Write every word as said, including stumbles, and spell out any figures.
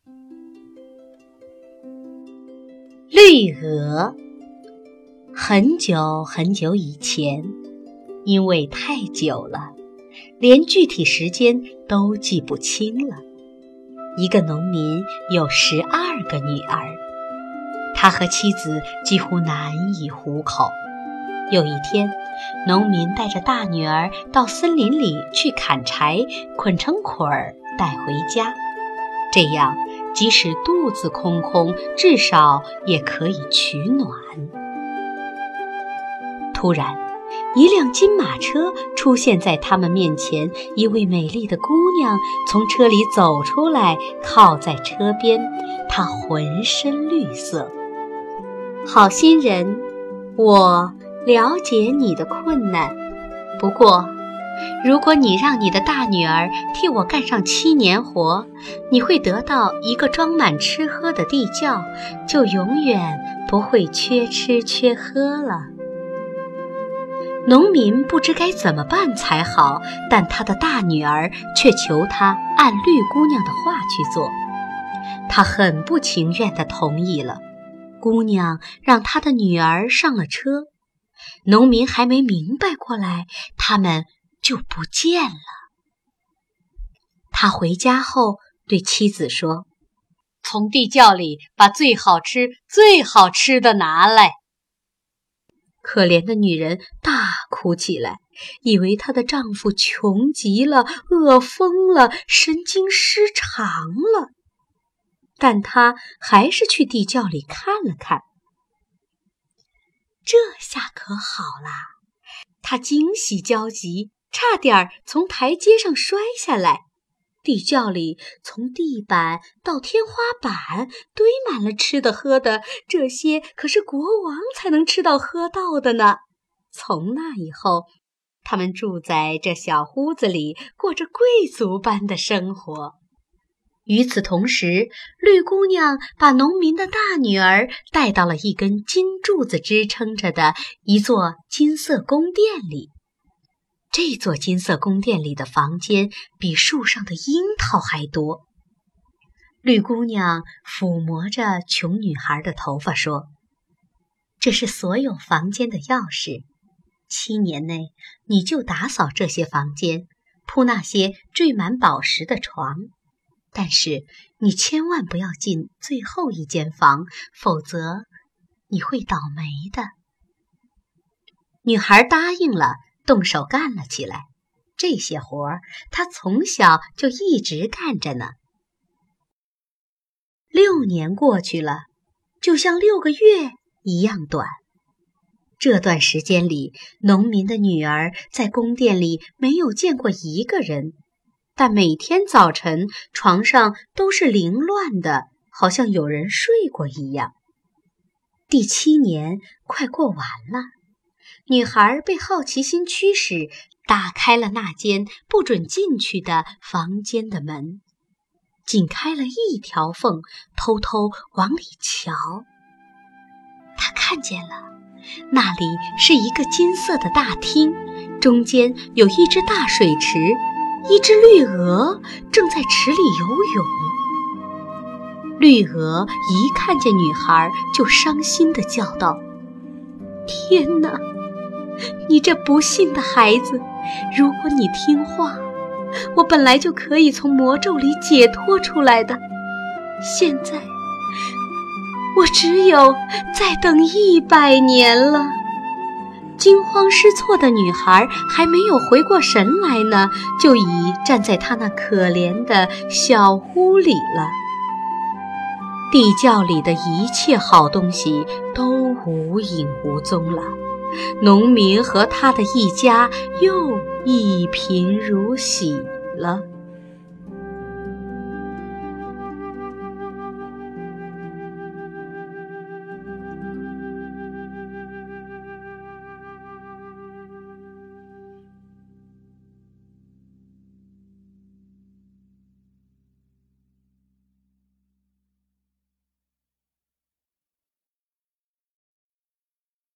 绿鹅。很久很久以前，因为太久了，连具体时间都记不清了，一个农民有十二个女儿，他和妻子几乎难以糊口。有一天，农民带着大女儿到森林里去砍柴，捆成捆儿带回家，这样即使肚子空空，至少也可以取暖。突然，一辆金马车出现在他们面前，一位美丽的姑娘从车里走出来，靠在车边，她浑身绿色。好心人，我了解你的困难，不过如果你让你的大女儿替我干上七年活，你会得到一个装满吃喝的地窖，就永远不会缺吃缺喝了。农民不知该怎么办才好，但他的大女儿却求他按绿姑娘的话去做。他很不情愿地同意了。姑娘让他的女儿上了车，农民还没明白过来，他们就不见了。他回家后对妻子说：“从地窖里把最好吃、最好吃的拿来。”可怜的女人大哭起来，以为她的丈夫穷极了，饿疯了，神经失常了。但她还是去地窖里看了看。这下可好啦，她惊喜焦急，差点从台阶上摔下来。地窖里从地板到天花板堆满了吃的喝的，这些可是国王才能吃到喝到的呢。从那以后，他们住在这小屋子里，过着贵族般的生活。与此同时，绿姑娘把农民的大女儿带到了一根金柱子支撑着的一座金色宫殿里。这座金色宫殿里的房间比树上的樱桃还多。绿姑娘抚摸着穷女孩的头发说：“这是所有房间的钥匙，七年内你就打扫这些房间，铺那些缀满宝石的床。但是你千万不要进最后一间房，否则你会倒霉的。”女孩答应了，动手干了起来。这些活儿她从小就一直干着呢。六年过去了，就像六个月一样短。这段时间里，农民的女儿在宫殿里没有见过一个人，但每天早晨床上都是凌乱的，好像有人睡过一样。第七年快过完了，女孩被好奇心驱使，打开了那间不准进去的房间的门，仅开了一条缝，偷偷往里瞧。她看见了，那里是一个金色的大厅，中间有一只大水池，一只绿鹅正在池里游泳。绿鹅一看见女孩，就伤心地叫道：“天哪！你这不幸的孩子，如果你听话，我本来就可以从魔咒里解脱出来的。现在，我只有再等一百年了。”惊慌失措的女孩还没有回过神来呢，就已站在她那可怜的小屋里了。地窖里的一切好东西都无影无踪了。农民和他的一家又一贫如洗了。